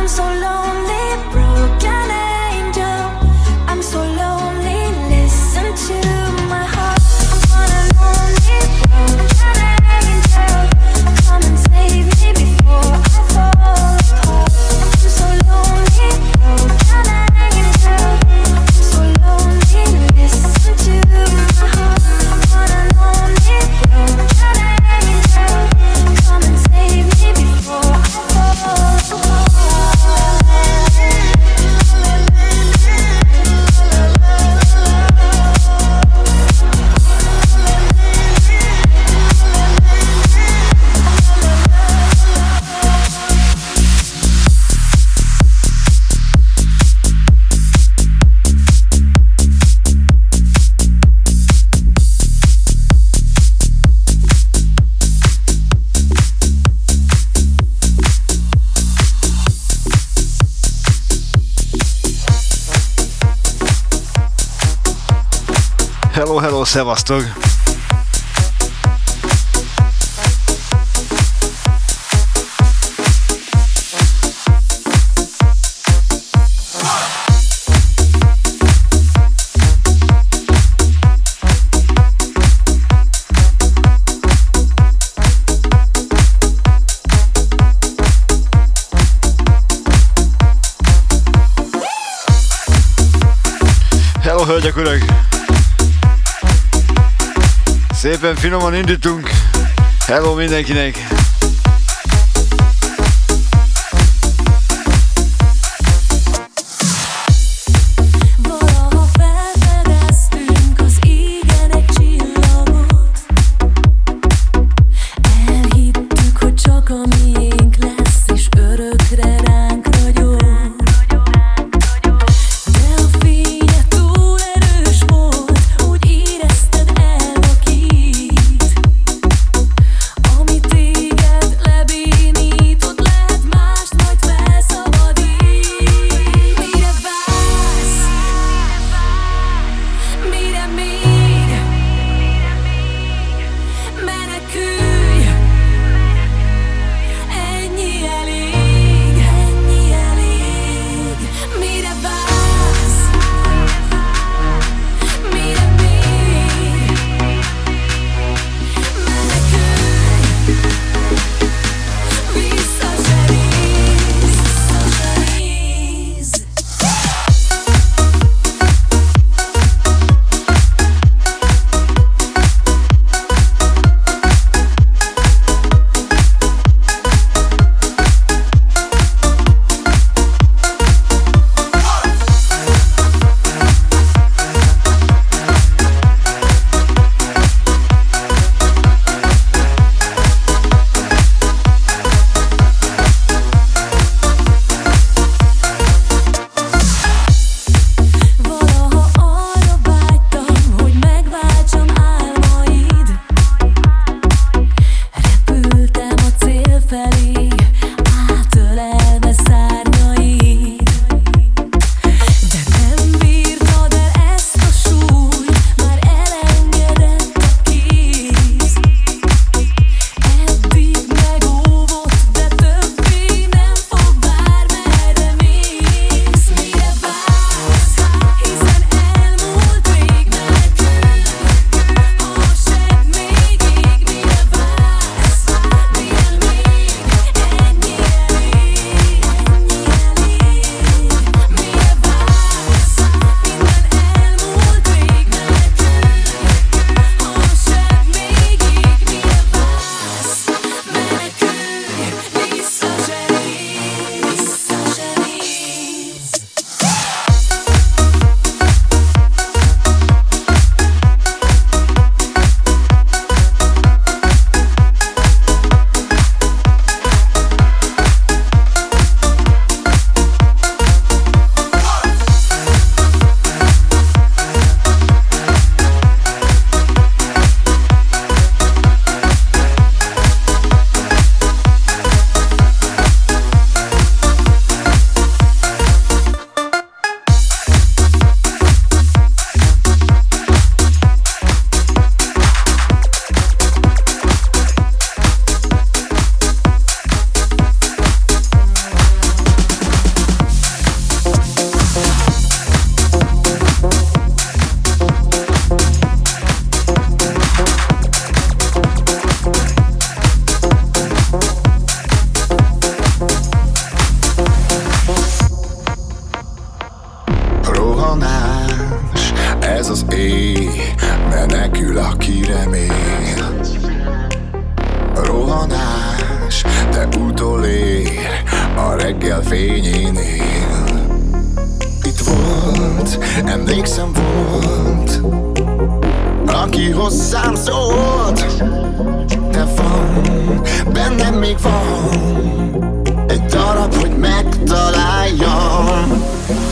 Hello, szevasztok! Hello, hölgyek, urak! Szépen finoman indítunk. Hello mindenkinek! Téged ez az éj, menekül, aki remél. Rohanás, de utolér a reggel fényénél. Itt volt, emlékszem volt, aki hozzám szólt. De van, bennem még van egy darab, hogy megtaláljam.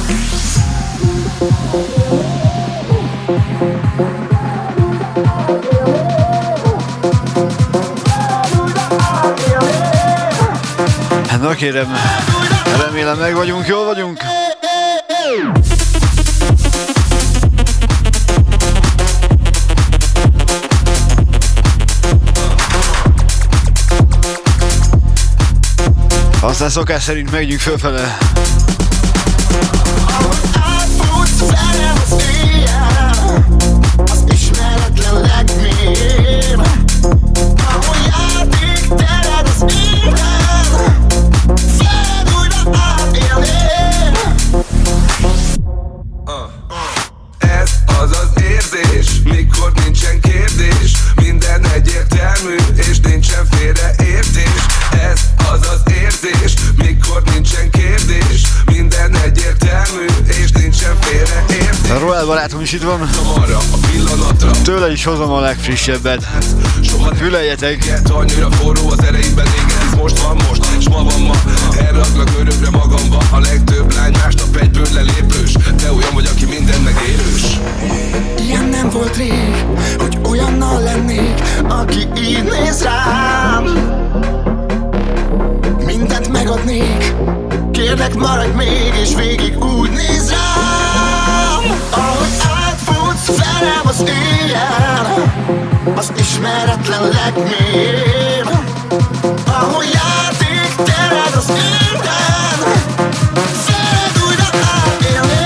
Na kérem, remélem meg vagyunk, jól vagyunk. Aztán szokás szerint megyünk fölfele. Átfutsz velem az éjjel, az ismeretlen legmélyebb, ahol játék tered az élet, veled újra átélném. Ez az az érzés, mikor nincsen kérdés, minden egyértelmű és nincsen félreértés. Ez az az érzés, mikor nincsen kérdés, minden egyértelmű és nincsen félreértés. A Royal barátom is itt van. Arra a pillanatra Tőle is hozom a legfrissebbet. Füleljetek! Annyira forró az ereidben, igen, ez most van most, s ma van ma. Elraklak örökre magamba, a legtöbb lány másnap egyből lelépős. De olyan vagy, aki minden megélős. Ilyen nem volt rég, hogy olyannal lennék, aki így néz rám. Mindent megadnék, kérlek maradj még, és végig úgy néz rám. Ahogy átfutsz velem az éjjel, az ismeretlen legmélyebb, ahol játék tered az élet, veled újra átélném.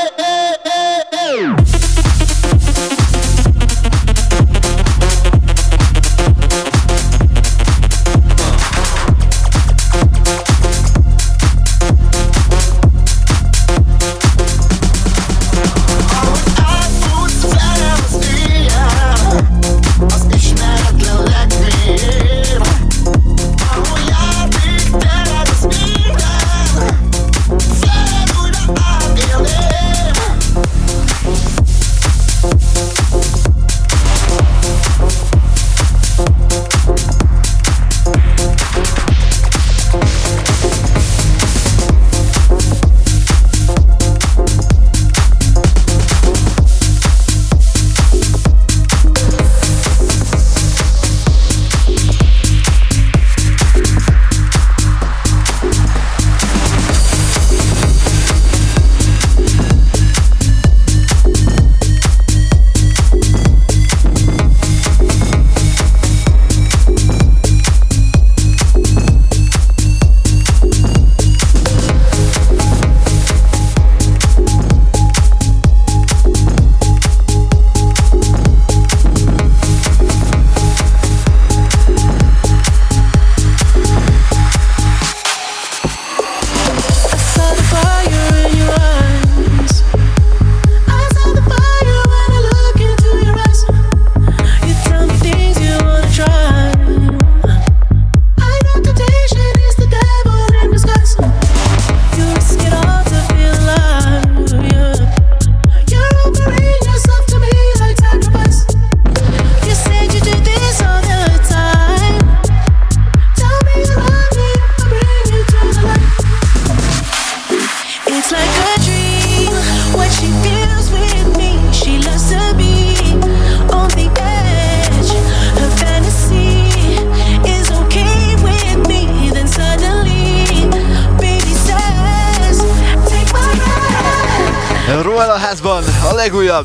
Royal a házban, a legújabb!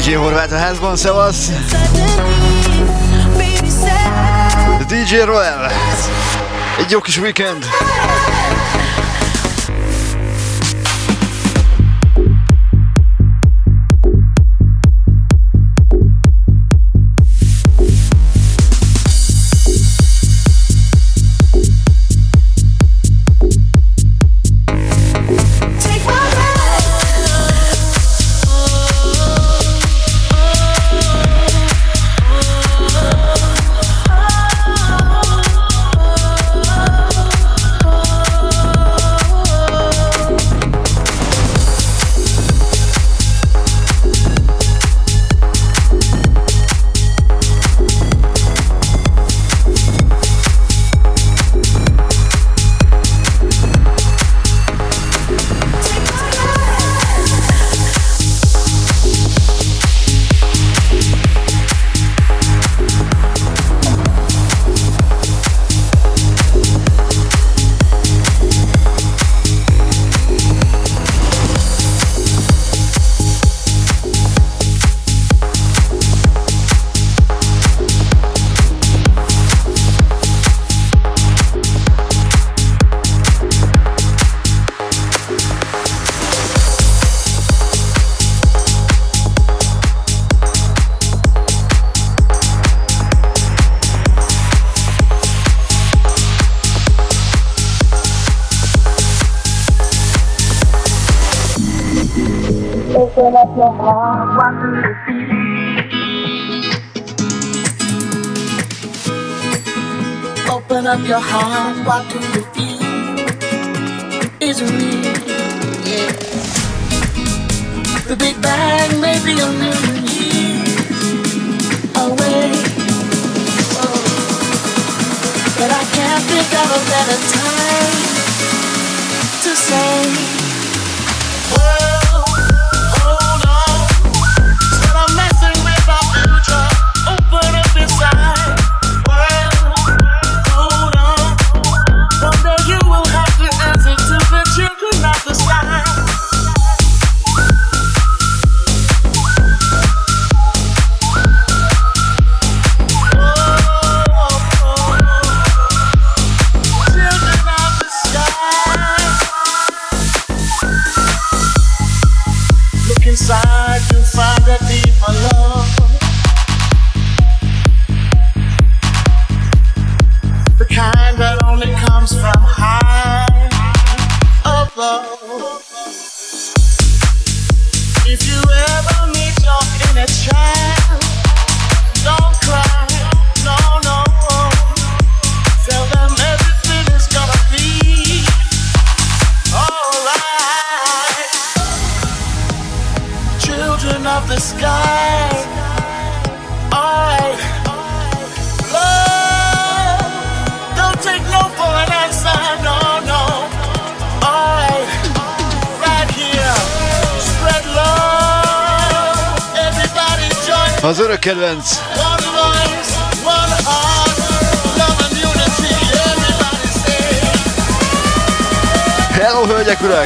DJ Horváth a házban, szevasz! DJ Roel! Egy jó kis weekend! Open up your heart, what do you feel? Open up your heart, what do you feel? It's real, yeah. The Big Bang may be a million years away, oh. But I can't think of a better time to say, az örök kedvenc. Hello, hölgyek, urak!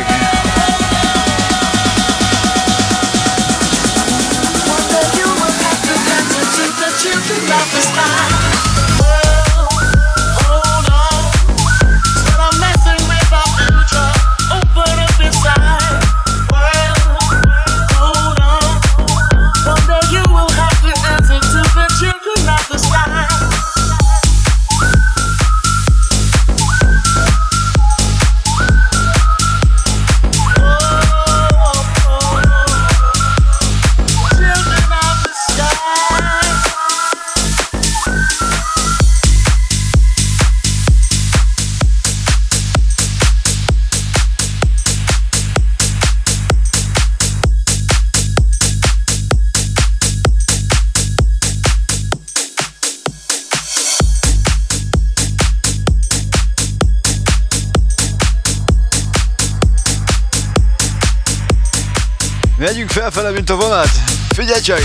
Megyünk felfele, mint a vonat. Figyelj csak!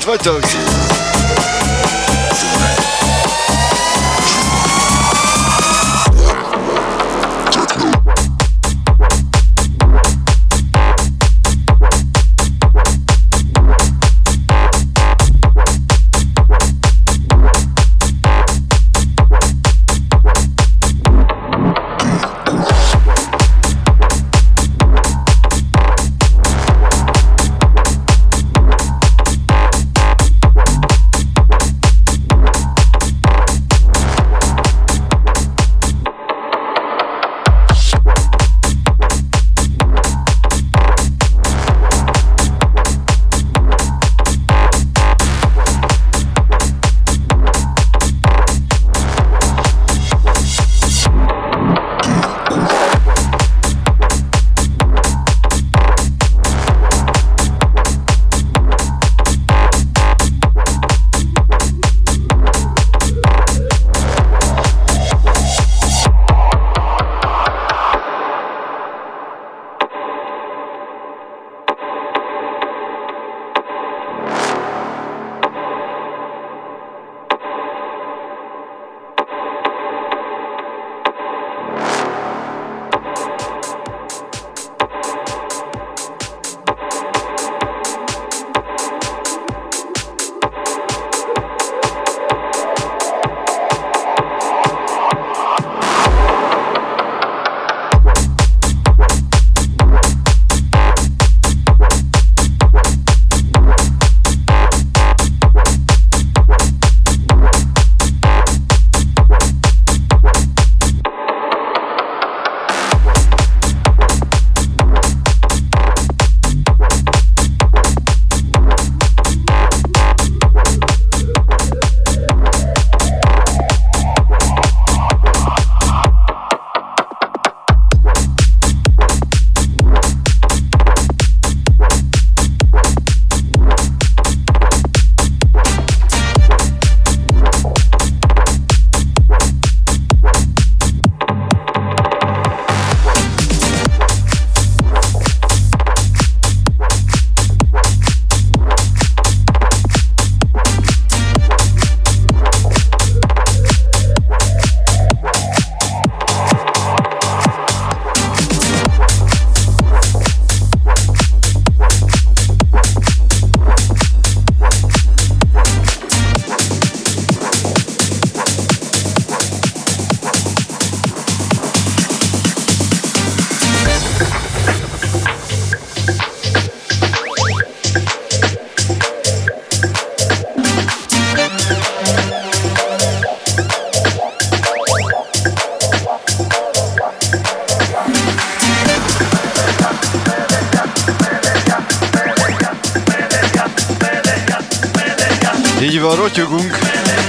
vagytok? Így van, rotyogunk,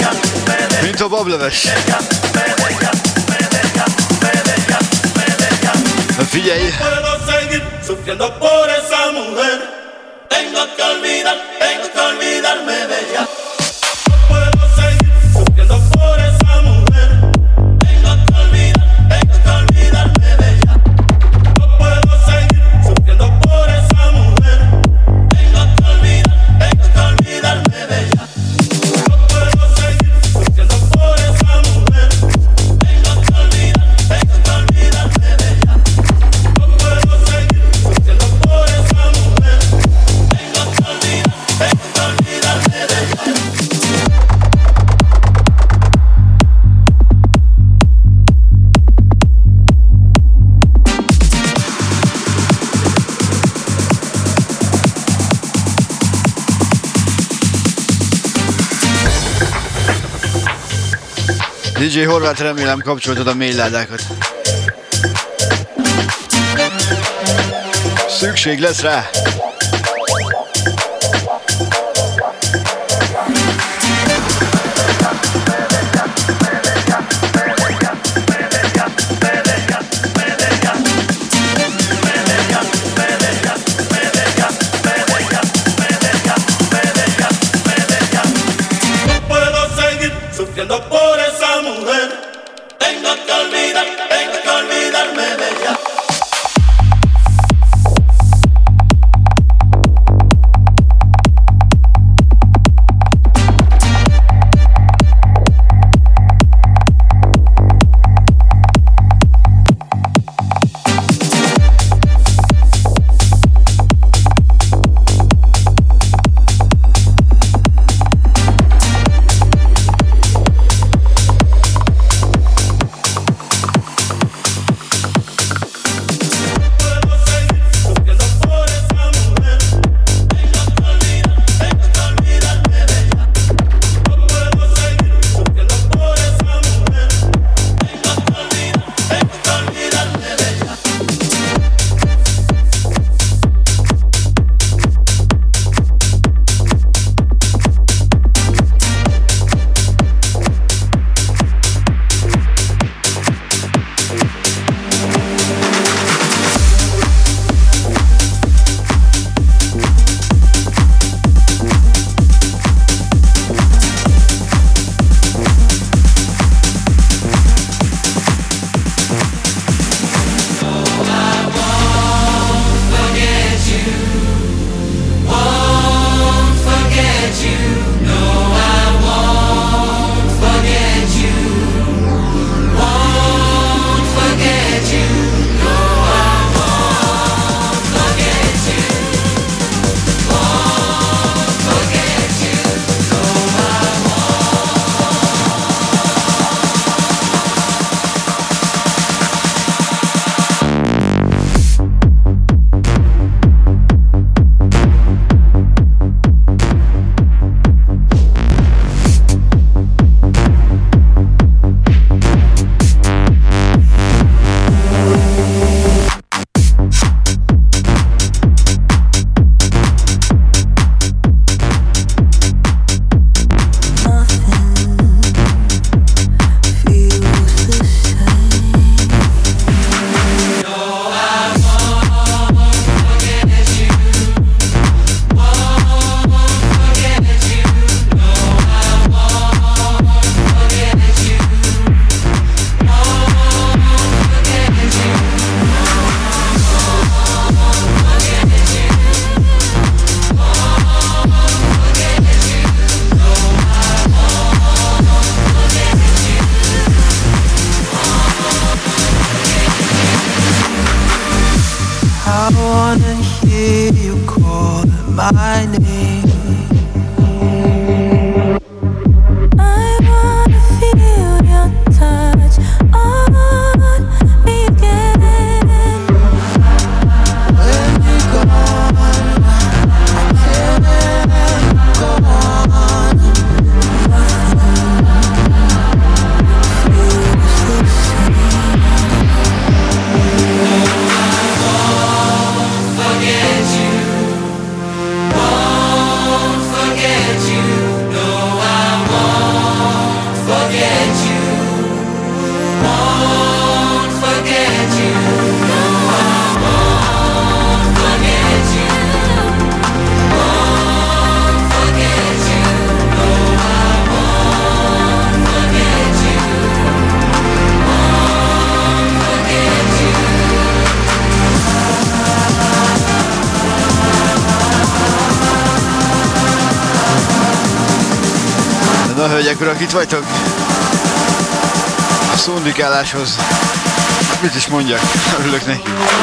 mint a bableves. Na figyelj! DJ Horváth, remélem kapcsoltad a mélyládákat. Szükség lesz rá. my name. Na hölgyek, urak, itt vagytok? A szundikáláshoz mit is mondjak? Örülök neki.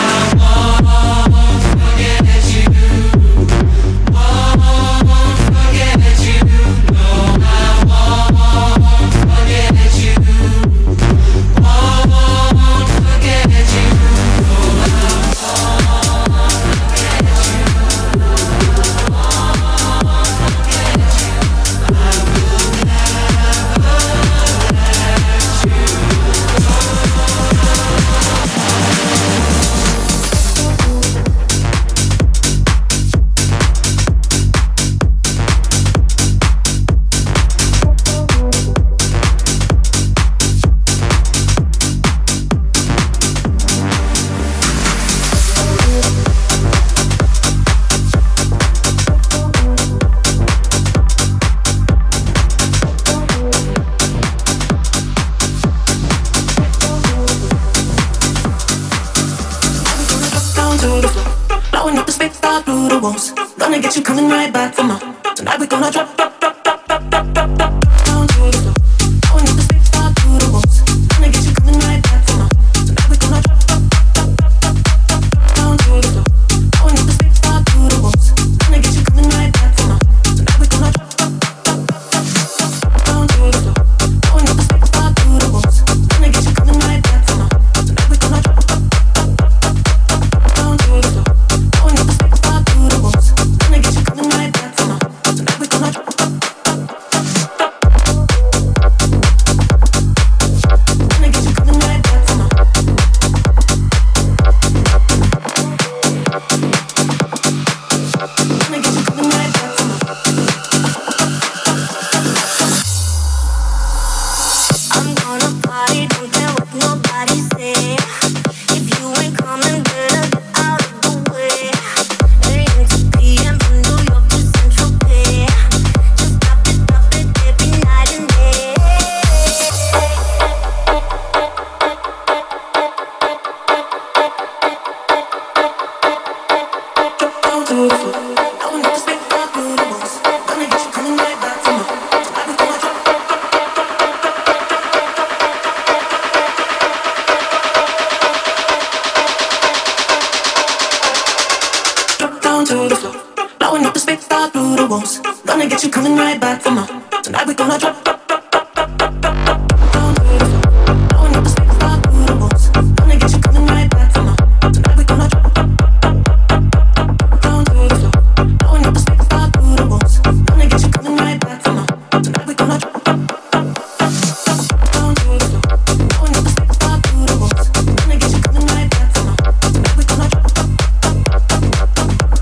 Gonna get you coming right back for more. Tonight we gonna drop, drop, drop, drop, drop, drop, drop, drop down to the floor. Going up the space, start to the walls. Gonna get you coming right back for more. Tonight we gonna drop, drop, drop, drop, drop, drop, drop down to the floor. Going up the space, start to the walls. Gonna get you coming right back for more. Tonight we gonna drop, drop, drop, drop, drop down to the floor. Going up the space, start to the walls. Gonna get you coming right back for more. Tonight we gonna drop, drop, drop, drop, drop down to the floor. Going up the space, start to the walls. Gonna get you coming right back for more. Tonight we gonna drop.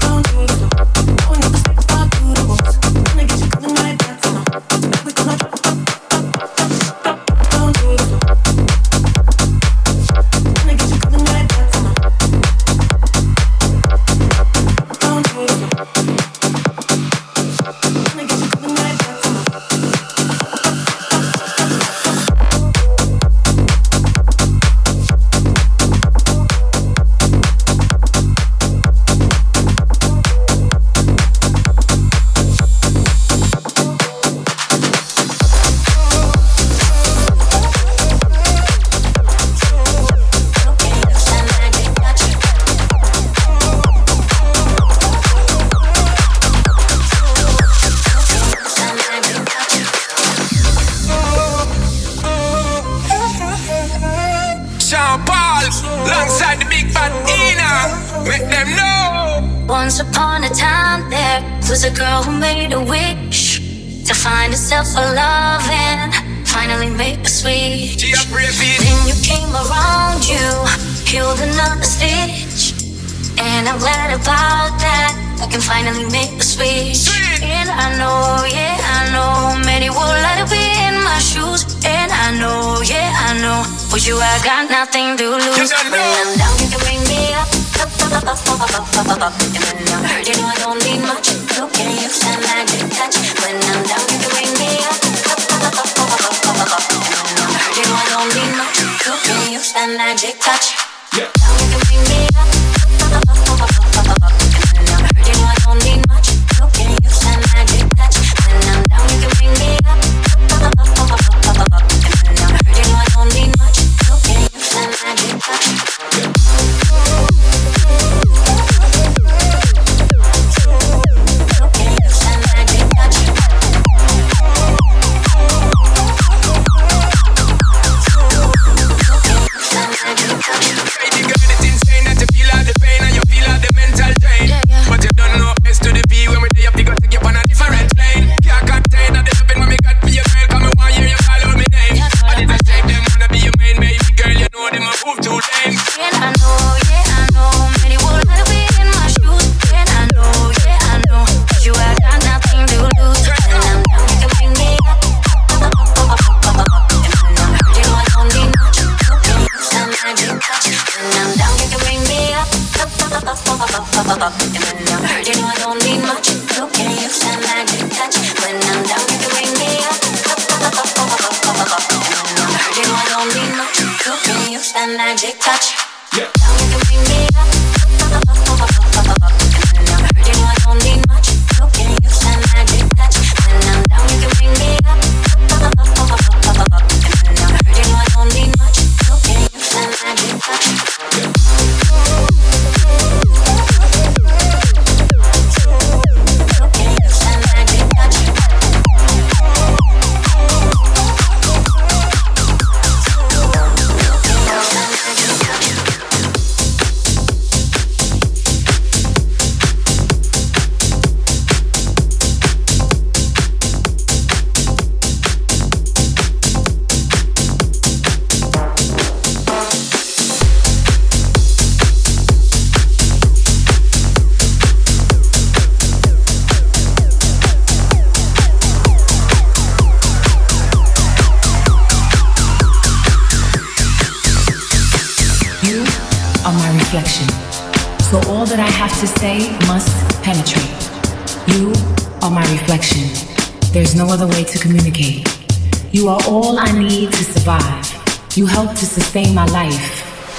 We're gonna was a girl who made a wish to find herself a love and finally make a switch. Then you came around, you healed another stitch, and I'm glad about that. I can finally make the switch. And I know, yeah, I know, many would like to be in my shoes. And I know, yeah, I know, with you I got nothing to lose. When I'm down, you can bring me up. And when I'm hurt, you know I don't need much. You can use that magic touch. When I'm down, you can bring me up. And when I'm hurt, you know I don't need much. You can use that magic touch. Down, you can bring me up. You know I don't need much. You can use that magic touch. When I'm down, you can bring me up. And when I'm hurt, you know I don't need much. You can use that magic touch. You can use that magic touch. Crazy girl, it's insane that you feel all the pain and you feel all the mental drain. But you don't know S to the P when we day up, you go take you on a different plane. Can't contain all the loving when we got for your girl, come and want hear you call out my name. And it's a shame them wanna be your main baby girl, you know them a move too lame. And I know, yeah, I know, many would like to be in my shoes. And I know, yeah, I know, but you I got nothing to lose. When I'm down, you can bring me up. And when I'm hurt, you know I don't need much. You can use that magic touch. When I'm down, you can bring me up. And when I'm hurt, you know I don't need much. You can use that magic touch. When I'm down, you can bring me up. And when I'm hurt, you know I don't need much. You can use that magic touch. Down, you can bring me up. And when I'm hurt, you know I don't need much. You can use that magic touch. When I'm down, you can bring me up. And when I'm hurt, you know I don't need much. You can use that magic touch. So all that I have to say must penetrate. You are my reflection. There's no other way to communicate. You are all I need to survive. You help to sustain my life.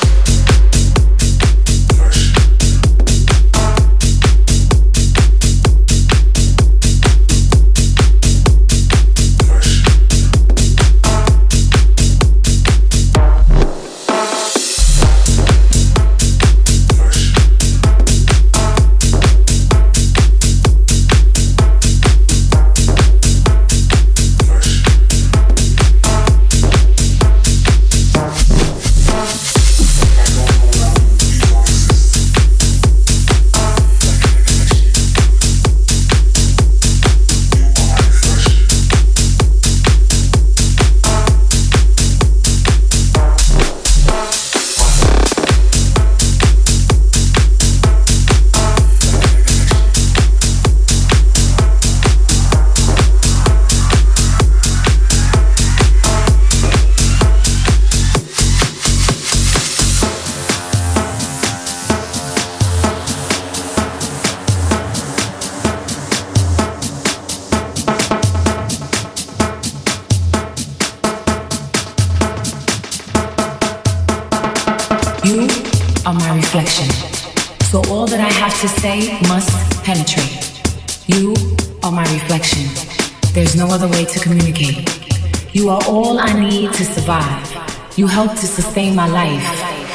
You are my reflection. So all that I have to say must penetrate. You are my reflection. There's no other way to communicate. You are all I need to survive. You help to sustain my life.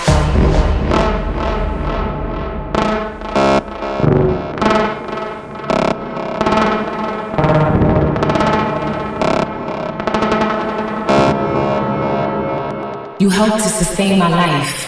You help to sustain my life.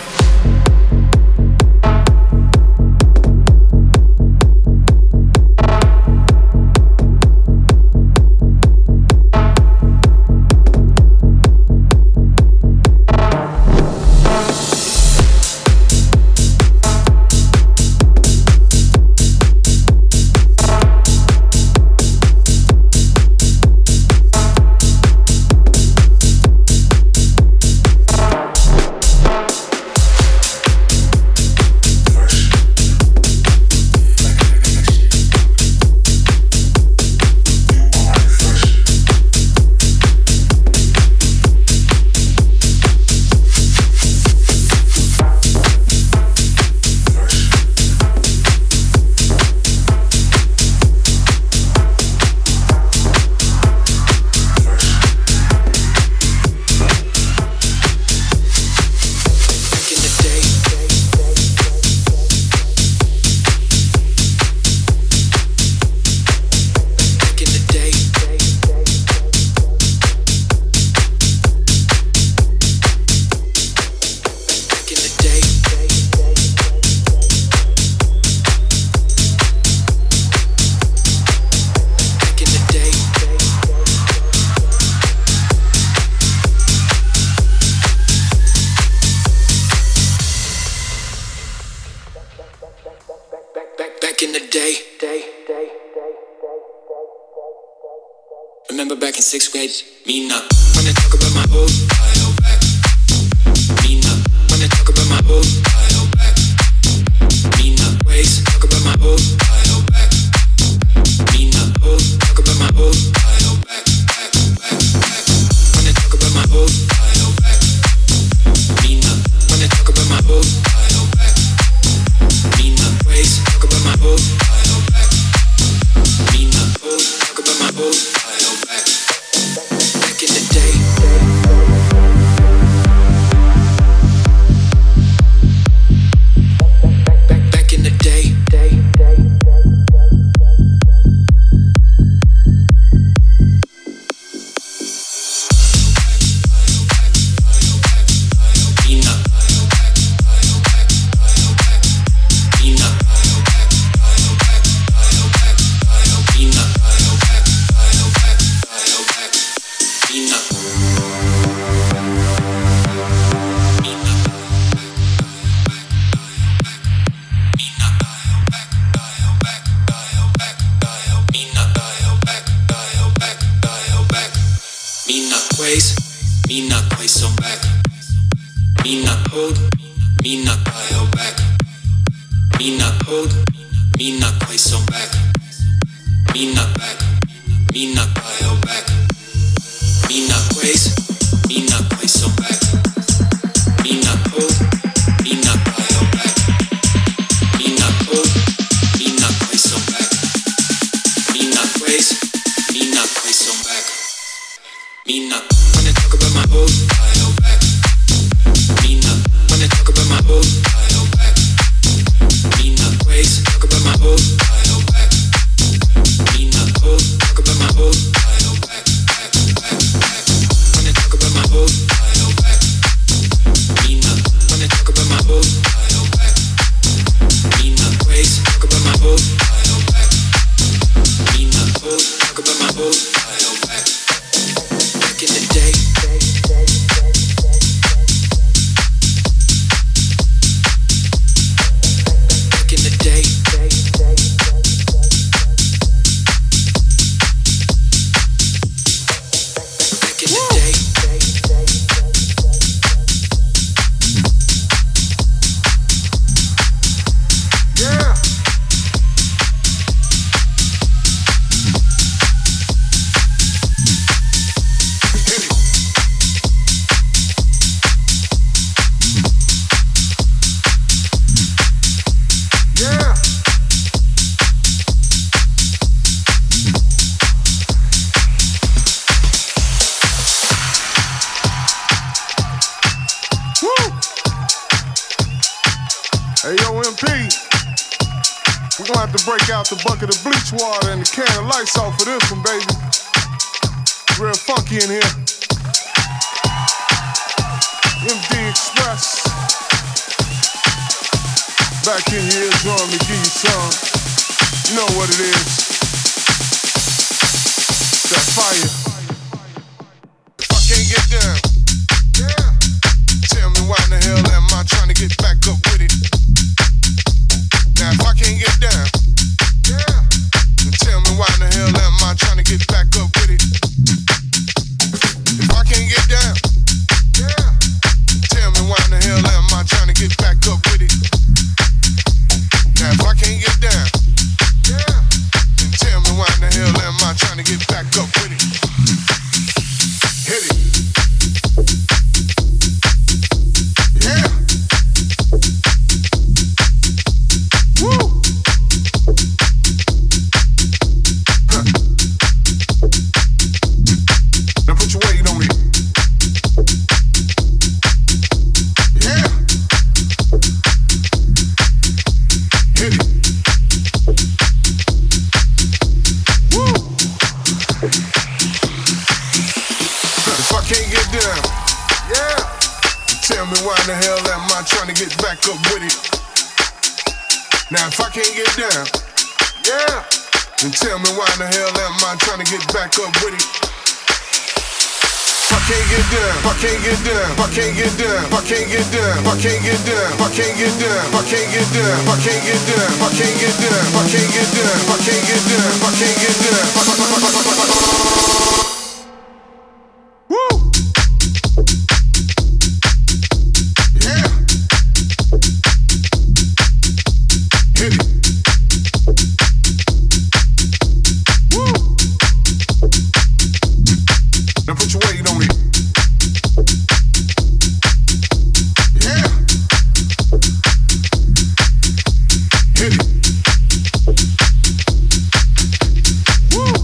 Back in the day. Remember back in 6th grade, me not wanna talk about my old file back. Me not wanna talk about my old file back. Me not ways talk about my old file back. Me not old talk about my old file back. Wanna talk about my old file back. Me not wanna talk about my old file back. Me not ways talk about my old file back. Me not old talk about my old file back. Back in the day. Back in the day. Me not place on back. Me not hold, me not pile back. Me not hold, me not place on back. Me not back, me not pile back. Me not place, me not place on back. Me not hold, me not pile back. Me not hold, me not place on back. Me not place, me not place on back. Me not wanna talk about my old file back. Me not wanna talk about my old file back. Me not ways talk about my old file back. Me not old talk about my old file back. Wanna talk about my old file back. Me not wanna talk about my old file back. Me not ways talk about my old file back. Me not old talk about my old file back. Back in the day. Back in the day. Back in the day. Yeah. Yeah. Woo. Hey, yo, MP. We're gonna have to break out the bucket of bleach water and the can of lights off for this one, baby. Real funky in here. MD Express. Back in here, join me, give you some. You know what it is. That fire. If I can't get down, yeah. Tell me why in the hell am I trying to get back up with it? Now if I can't get down, yeah. Then tell me why in the hell am I trying to get back up with it? If I can't get down, yeah. Tell me why in the hell am I trying to get back up with it? Now if I can't get down, yeah. Then tell me why in the hell am I trying to get back up with it? Hit it. Yeah. Woo. Huh. Now put your weight on me. Yeah. Hit it. Woo. If I can't get down, yeah. Tell me why in the hell am I trying to get back up with it? Now if I can't get down, yeah. Then tell me why in the hell am I trying to get back up with it? If I can't get done, I can't get done, I can't get done, I can't get done, I can't get done, I can't get done, I can't get done, I can't get done, I can't get done, I can't get done, I can't get done, I can't get done. Woo! Yeah. Hit it. Woo! Now put your weight on me. Yeah. Hit it. Woo!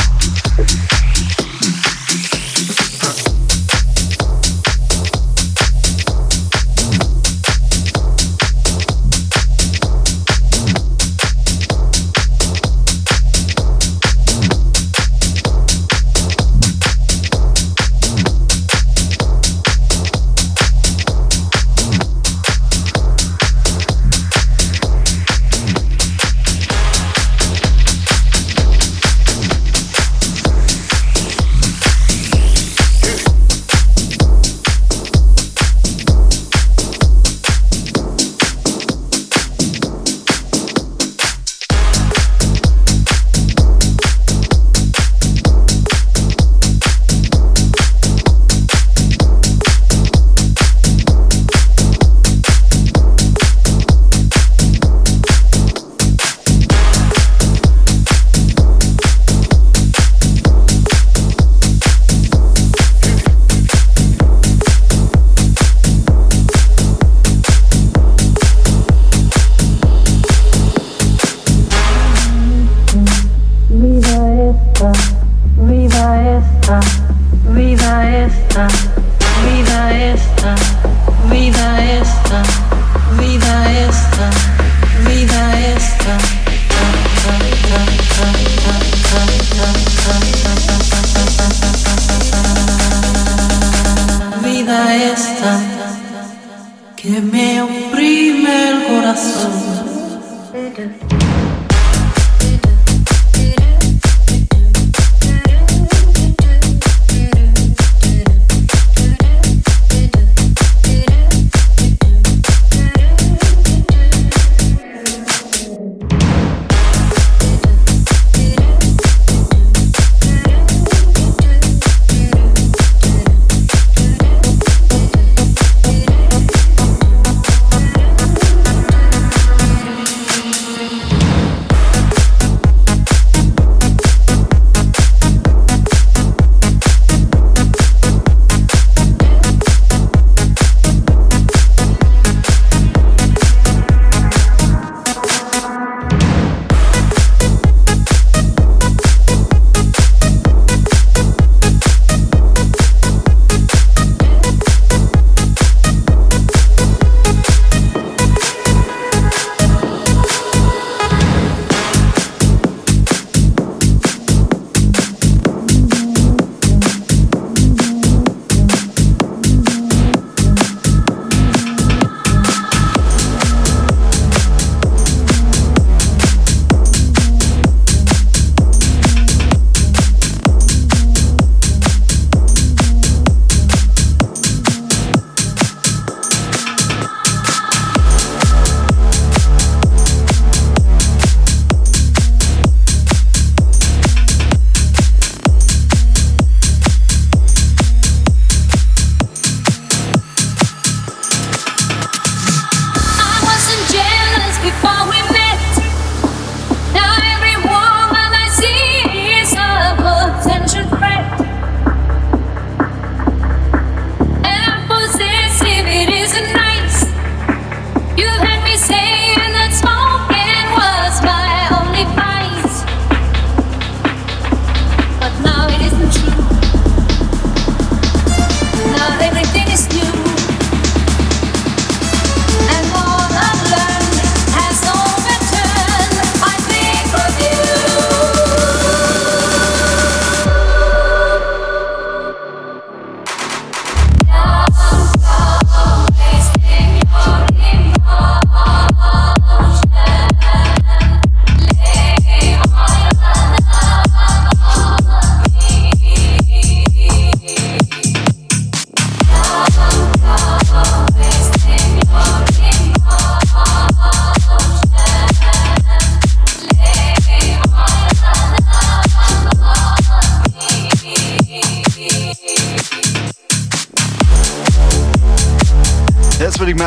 Que me oprime el corazón.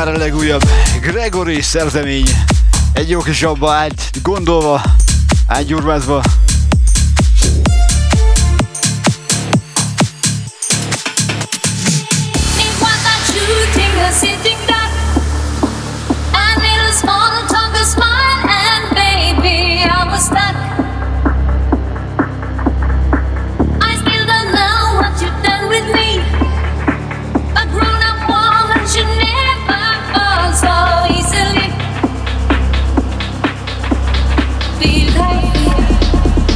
már a legújabb Gregory szerzemény. Egy jó kis abba át gondolva, átgyurmázva. Feel like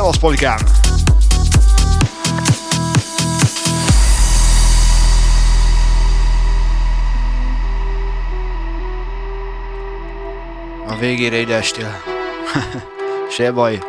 Szevasz, Polikám! A végére ide estél. Se baj.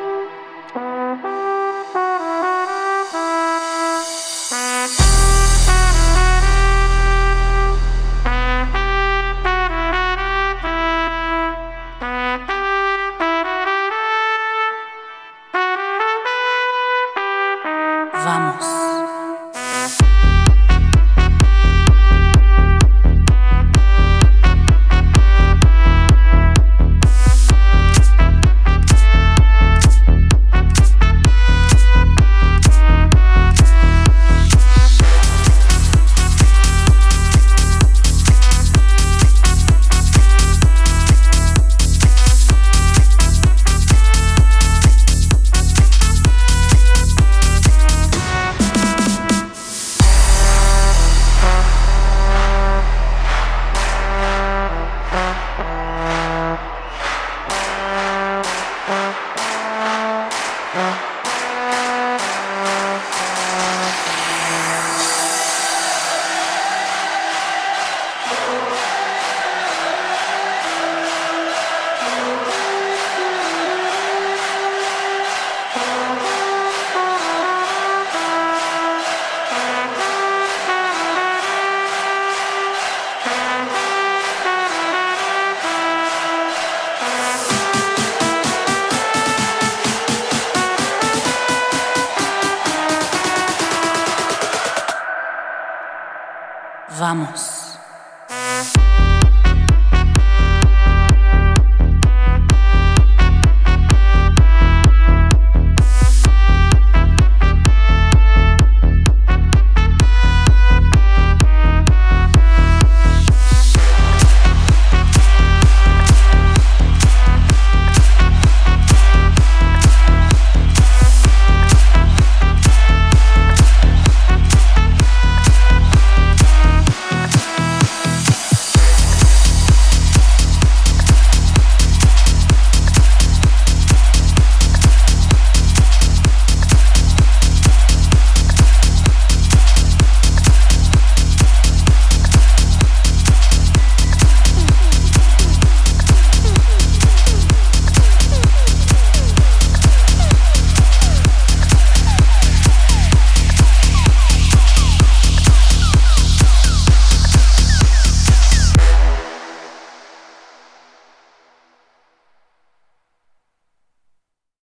Vamos.